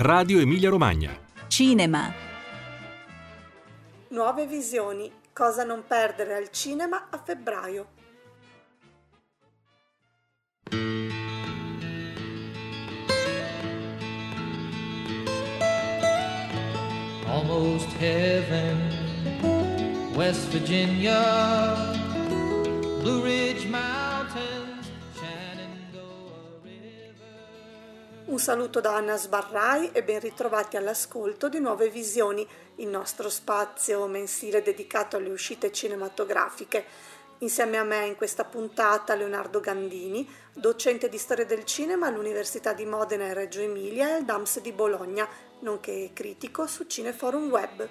Radio Emilia Romagna. Cinema. Nuove visioni. Cosa non perdere al cinema a febbraio. Almost heaven, West Virginia, Blue Ridge Mountains, Shenandoah River. Un saluto da Anna Sbarrai e ben ritrovati all'ascolto di Nuove Visioni, il nostro spazio mensile dedicato alle uscite cinematografiche. Insieme a me in questa puntata Leonardo Gandini, docente di storia del cinema all'Università di Modena e Reggio Emilia e al DAMS di Bologna, nonché critico su Cineforum Web.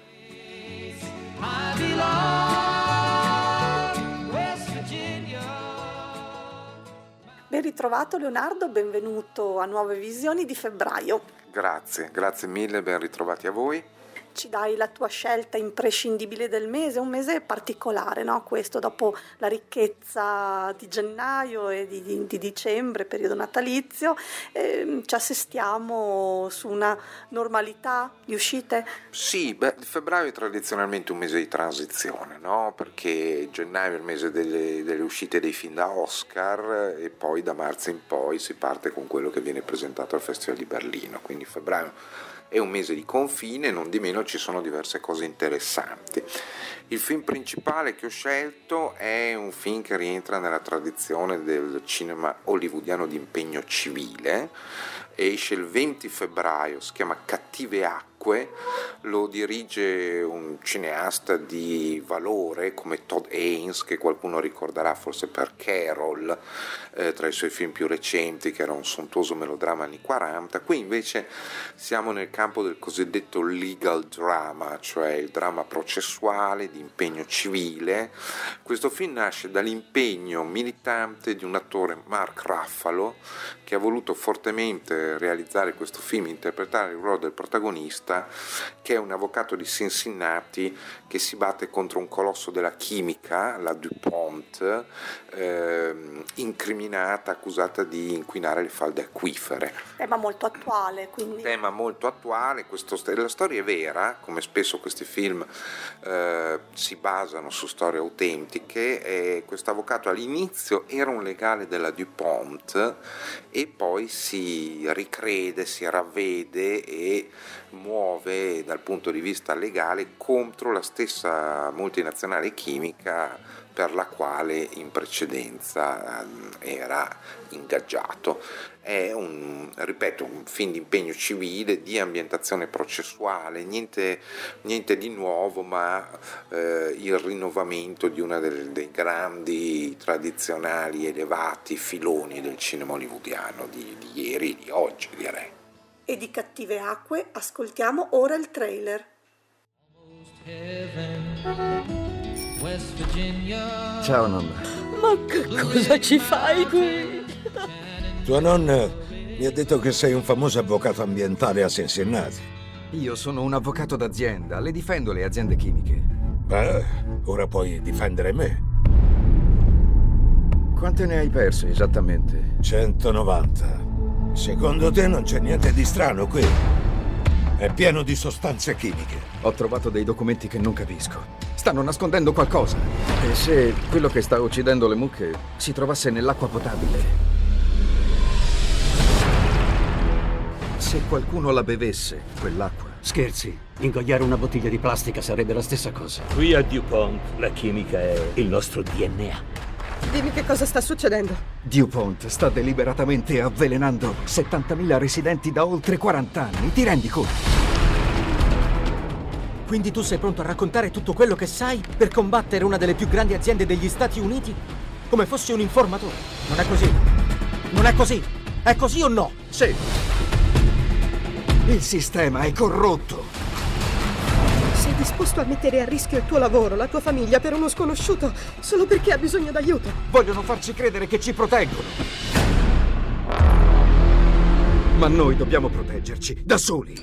Ben ritrovato Leonardo, benvenuto a Nuove Visioni di febbraio. Grazie mille, ben ritrovati a voi. Ci dai la tua scelta imprescindibile del mese, un mese particolare, no? Questo dopo la ricchezza di gennaio e di dicembre, periodo natalizio, ci assestiamo su una normalità di uscite? Sì, febbraio è tradizionalmente un mese di transizione, no? Perché gennaio è il mese delle uscite dei film da Oscar e poi da marzo in poi si parte con quello che viene presentato al Festival di Berlino, quindi febbraio è un mese di confine, non di meno ci sono diverse cose interessanti. Il film principale che ho scelto è un film che rientra nella tradizione del cinema hollywoodiano di impegno civile, esce il 20 febbraio, si chiama Cattive Acque, lo dirige un cineasta di valore come Todd Haynes, che qualcuno ricorderà forse per Carol, tra i suoi film più recenti, che era un sontuoso melodramma anni 40. Qui invece siamo nel campo del cosiddetto legal drama, cioè il dramma processuale di impegno civile. Questo film nasce dall'impegno militante di un attore, Mark Ruffalo, che ha voluto fortemente realizzare questo film, interpretare il ruolo del protagonista, che è un avvocato di Cincinnati che si batte contro un colosso della chimica, la DuPont, incriminata, accusata di inquinare le falde acquifere. Tema molto attuale, quindi. Tema molto attuale, la storia è vera, come spesso questi film si basano su storie autentiche. Questo avvocato all'inizio era un legale della DuPont e poi si ricrede, si ravvede e muove dal punto di vista legale contro la stessa multinazionale chimica per la quale in precedenza era ingaggiato. È un film di impegno civile, di ambientazione processuale, niente di nuovo, ma il rinnovamento di una dei grandi, tradizionali, elevati filoni del cinema hollywoodiano di ieri e di oggi, direi. E di Cattive Acque ascoltiamo ora il trailer. Ciao nonna. Ma che cosa ci fai qui? Tua nonna mi ha detto che sei un famoso avvocato ambientale a Cincinnati. Io sono un avvocato d'azienda, le difendo le aziende chimiche. Beh, ora puoi difendere me. Quante ne hai perse esattamente? 190. Secondo te non c'è niente di strano qui? È pieno di sostanze chimiche. Ho trovato dei documenti che non capisco. Stanno nascondendo qualcosa. E se quello che sta uccidendo le mucche si trovasse nell'acqua potabile? Se qualcuno la bevesse, quell'acqua. Scherzi, ingoiare una bottiglia di plastica sarebbe la stessa cosa. Qui a DuPont la chimica è il nostro DNA. Dimmi che cosa sta succedendo. DuPont sta deliberatamente avvelenando 70.000 residenti da oltre 40 anni. Ti rendi conto? Quindi tu sei pronto a raccontare tutto quello che sai per combattere una delle più grandi aziende degli Stati Uniti? Come fossi un informatore. Non è così. Non è così. È così o no? Sì. Il sistema è corrotto. Sei disposto a mettere a rischio il tuo lavoro, la tua famiglia per uno sconosciuto solo perché ha bisogno d'aiuto? Vogliono farci credere che ci proteggono. Ma noi dobbiamo proteggerci da soli.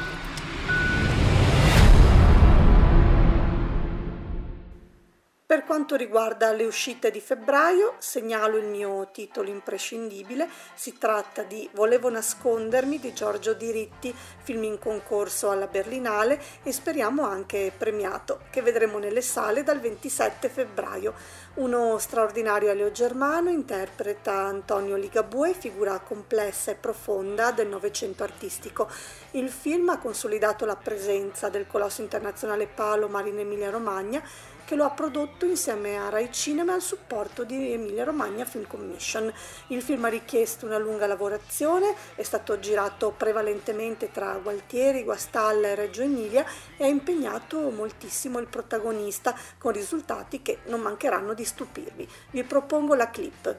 Per quanto riguarda le uscite di febbraio, segnalo il mio titolo imprescindibile. Si tratta di Volevo nascondermi di Giorgio Diritti, film in concorso alla Berlinale e speriamo anche premiato, che vedremo nelle sale dal 27 febbraio. Uno straordinario Elio Germano interpreta Antonio Ligabue, figura complessa e profonda del Novecento artistico. Il film ha consolidato la presenza del colosso internazionale Palomar in Emilia-Romagna, che lo ha prodotto insieme a Rai Cinema al supporto di Emilia Romagna Film Commission. Il film ha richiesto una lunga lavorazione, è stato girato prevalentemente tra Gualtieri, Guastalla e Reggio Emilia e ha impegnato moltissimo il protagonista, con risultati che non mancheranno di stupirvi. Vi propongo la clip.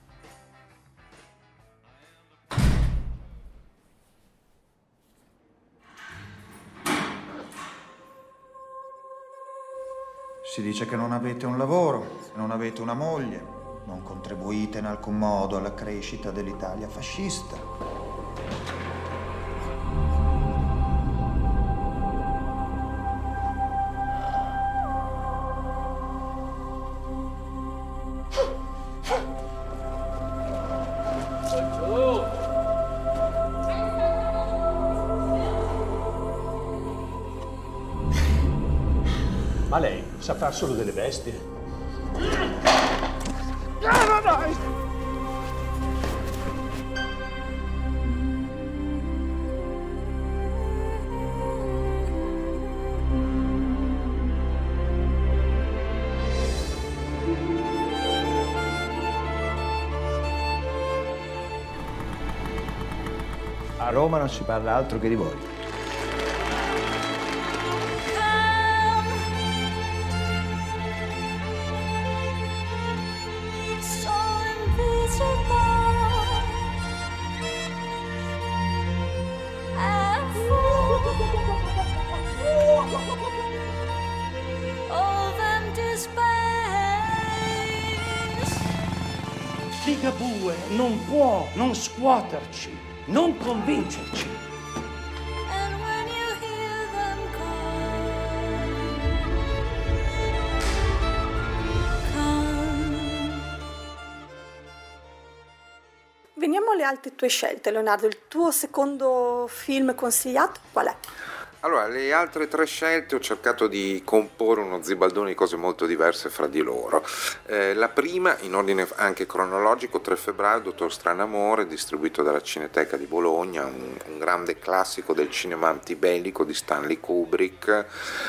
Si dice che non avete un lavoro, non avete una moglie, non contribuite in alcun modo alla crescita dell'Italia fascista. Ma lei sa far solo delle bestie? A Roma non si parla altro che di voi. Ligabue non può non scuoterci, non convincerci. Veniamo alle altre tue scelte, Leonardo. Il tuo secondo film consigliato qual è? Allora, le altre 3 scelte ho cercato di comporre uno zibaldone di cose molto diverse fra di loro. La prima, in ordine anche cronologico, 3 febbraio, Dottor Stranamore, distribuito dalla Cineteca di Bologna, un grande classico del cinema antibellico di Stanley Kubrick,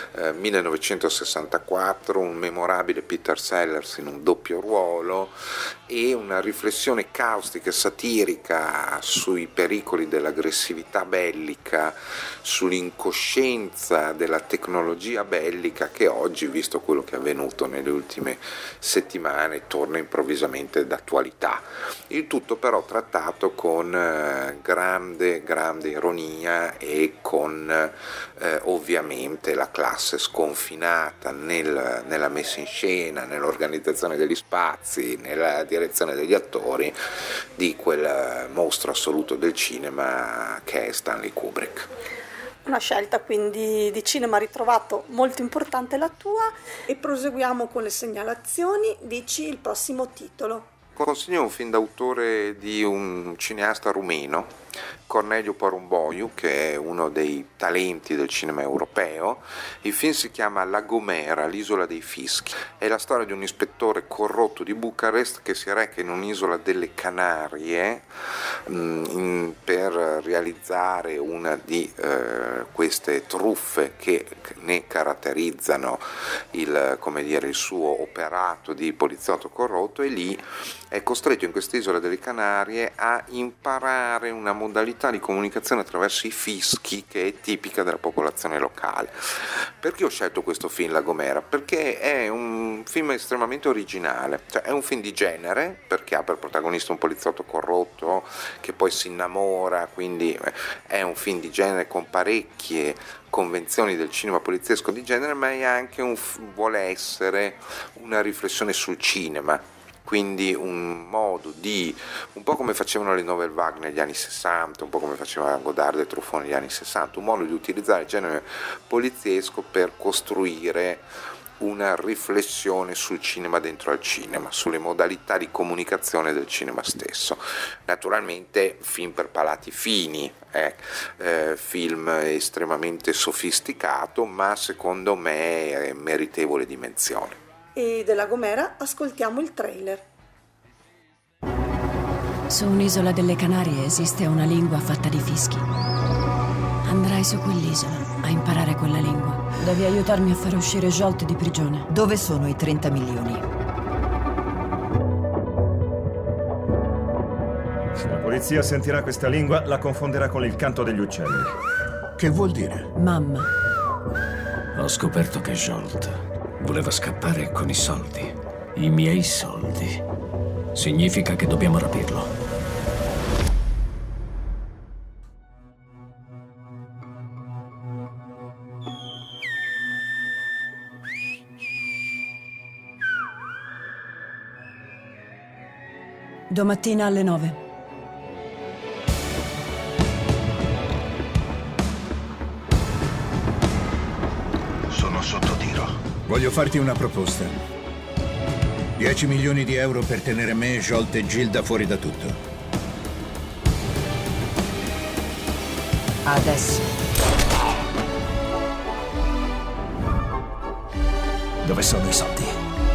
1964, un memorabile Peter Sellers in un doppio ruolo e una riflessione caustica e satirica sui pericoli dell'aggressività bellica, sull'incoscienza della tecnologia bellica che oggi, visto quello che è avvenuto nelle ultime settimane, torna improvvisamente d'attualità. Il tutto però trattato con grande ironia e con ovviamente la classe sconfinata nella messa in scena, nell'organizzazione degli spazi, nella direzione degli attori di quel mostro assoluto del cinema che è Stanley Kubrick. Una scelta quindi di cinema ritrovato molto importante la tua, e proseguiamo con le segnalazioni. Dici il prossimo titolo. Consiglio un film d'autore di un cineasta rumeno, Corneliu Porumboiu, che è uno dei talenti del cinema europeo. Il film si chiama La Gomera, l'isola dei fischi. È la storia di un ispettore corrotto di Bucarest che si reca in un'isola delle Canarie per realizzare una di queste truffe che ne caratterizzano il suo operato di poliziotto corrotto, e lì è costretto in quest'isola delle Canarie a imparare una modalità di comunicazione attraverso i fischi che è tipica della popolazione locale. Perché ho scelto questo film, La Gomera? Perché è un film estremamente originale, cioè è un film di genere, perché ha per protagonista un poliziotto corrotto che poi si innamora, quindi è un film di genere con parecchie convenzioni del cinema poliziesco di genere, ma è anche vuole essere una riflessione sul cinema. Quindi un modo di, un po' come facevano le nouvelle vague negli anni 60, un po' come faceva Godard e Truffaut negli anni 60, un modo di utilizzare il genere poliziesco per costruire una riflessione sul cinema dentro al cinema, sulle modalità di comunicazione del cinema stesso. Naturalmente film per palati fini, film estremamente sofisticato, ma secondo me è meritevole di menzione. E della Gomera ascoltiamo il trailer. Su un'isola delle Canarie esiste una lingua fatta di fischi. Andrai su quell'isola a imparare quella lingua. Devi aiutarmi a far uscire Jolt di prigione. Dove sono i 30 milioni? Se la polizia sentirà questa lingua, la confonderà con il canto degli uccelli. Che vuol dire? Mamma. Ho scoperto che Jolt voleva scappare con i soldi. I miei soldi. Significa che dobbiamo rapirlo. Domattina alle 9. Sono sotto tiro. Voglio farti una proposta. 10 milioni di euro per tenere me, Jolt e Gilda fuori da tutto. Adesso. Dove sono i soldi?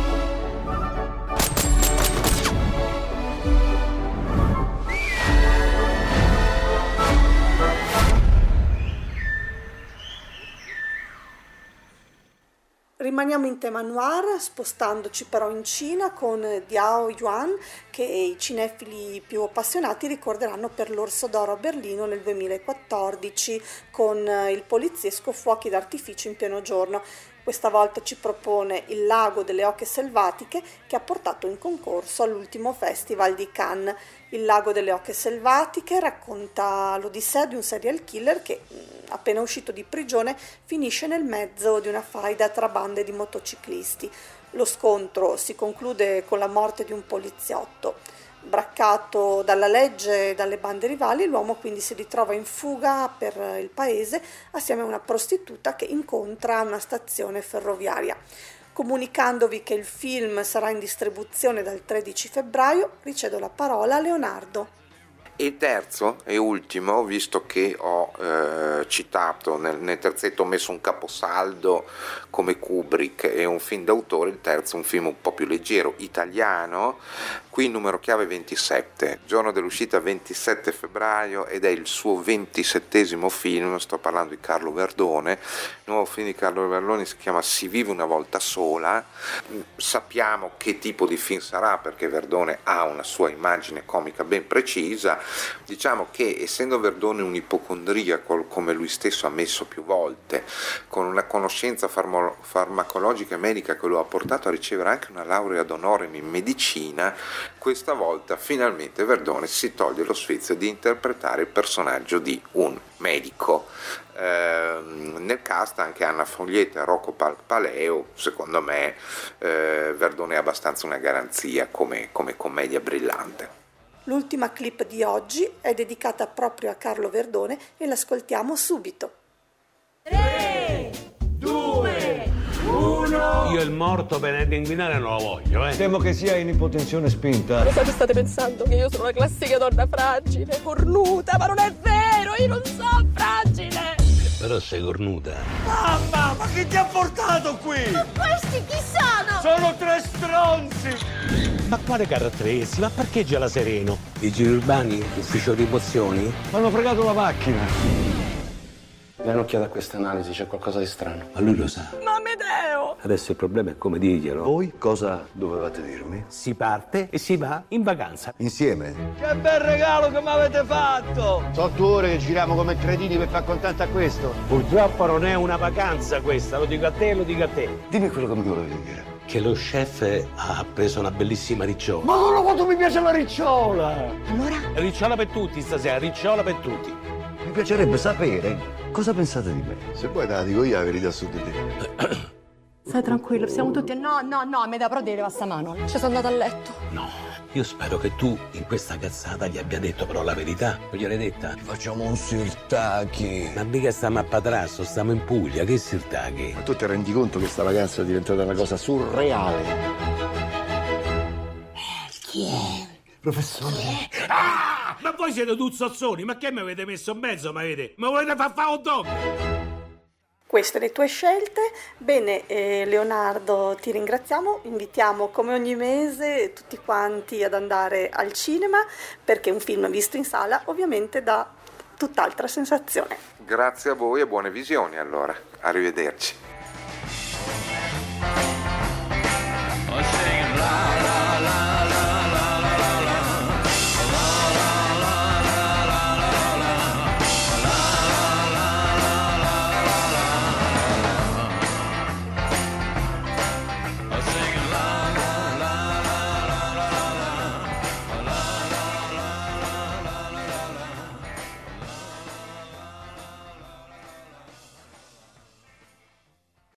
Rimaniamo in tema noir, spostandoci però in Cina con Diao Yuan, che i cinefili più appassionati ricorderanno per l'Orso d'Oro a Berlino nel 2014 con il poliziesco Fuochi d'artificio in pieno giorno. Questa volta ci propone Il lago delle oche selvatiche, che ha portato in concorso all'ultimo festival di Cannes. Il lago delle oche selvatiche racconta l'odissea di un serial killer che, appena uscito di prigione, finisce nel mezzo di una faida tra bande di motociclisti. Lo scontro si conclude con la morte di un poliziotto. Braccato dalla legge e dalle bande rivali, l'uomo quindi si ritrova in fuga per il paese assieme a una prostituta che incontra a una stazione ferroviaria. Comunicandovi che il film sarà in distribuzione dal 13 febbraio, ricevo la parola a Leonardo. E terzo e ultimo, visto che ho citato nel terzetto, ho messo un caposaldo come Kubrick e un film d'autore, il terzo un film un po' più leggero, italiano, qui numero chiave 27, giorno dell'uscita 27 febbraio ed è il suo 27esimo film, sto parlando di Carlo Verdone. Il nuovo film di Carlo Verdone si chiama Si vive una volta sola. Sappiamo che tipo di film sarà perché Verdone ha una sua immagine comica ben precisa. Diciamo che essendo Verdone un ipocondriaco, come lui stesso ha ammesso più volte, con una conoscenza farmacologica e medica che lo ha portato a ricevere anche una laurea ad honorem in medicina, questa volta finalmente Verdone si toglie lo sfizio di interpretare il personaggio di un medico. Nel cast anche Anna Foglietta e Rocco Paleo. Secondo me Verdone è abbastanza una garanzia come commedia brillante. L'ultima clip di oggi è dedicata proprio a Carlo Verdone e l'ascoltiamo subito. 3, 2, 1. Io il morto per inguinare non lo voglio, Temo che sia in ipotensione spinta. Cosa state pensando? Che io sono la classica donna fragile, cornuta, ma non è vero, io non sono fragile. Però sei cornuta. Mamma, ma chi ti ha portato qui? Ma questi chi sono? Sono 3 stronzi! Ma quale caratteristica? Ma parcheggia la Sereno? Vigili urbani, ufficio rimozioni? Mi hanno fregato la macchina. Dai un'occhiata a questa analisi, c'è qualcosa di strano. Ma lui lo sa. Ma Amedeo! Adesso il problema è come dirglielo. Voi cosa dovevate dirmi? Si parte e si va in vacanza. Insieme? Che bel regalo che mi avete fatto! So 8 ore che giriamo come cretini per far contento a questo. Purtroppo non è una vacanza questa, lo dico a te e lo dico a te. Dimmi quello che mi volevi dire. Che lo chef ha preso una bellissima ricciola. Ma solo quanto mi piace la ricciola! Allora? Ricciola per tutti stasera, ricciola per tutti. Mi piacerebbe sapere cosa pensate di me. Se vuoi te la dico io la verità su di te. Stai tranquillo, siamo tutti... No, Amedeo, però devi levare sta mano. Ci sono andata a letto. No. Io spero che tu in questa cazzata gli abbia detto però la verità. Non gliel'hai detta? Facciamo un sirtaki. Ma mica stiamo a Patrasso, stiamo in Puglia, che sirtaki? Ma tu ti rendi conto che sta vacanza è diventata una cosa surreale? Chi è? Professore. Ah! Ma voi siete duzzozzoni, ma che mi avete messo in mezzo, ma volete far fare un dog? Queste le tue scelte. Bene, Leonardo, ti ringraziamo, invitiamo come ogni mese tutti quanti ad andare al cinema, perché un film visto in sala ovviamente dà tutt'altra sensazione. Grazie a voi e buone visioni allora, arrivederci.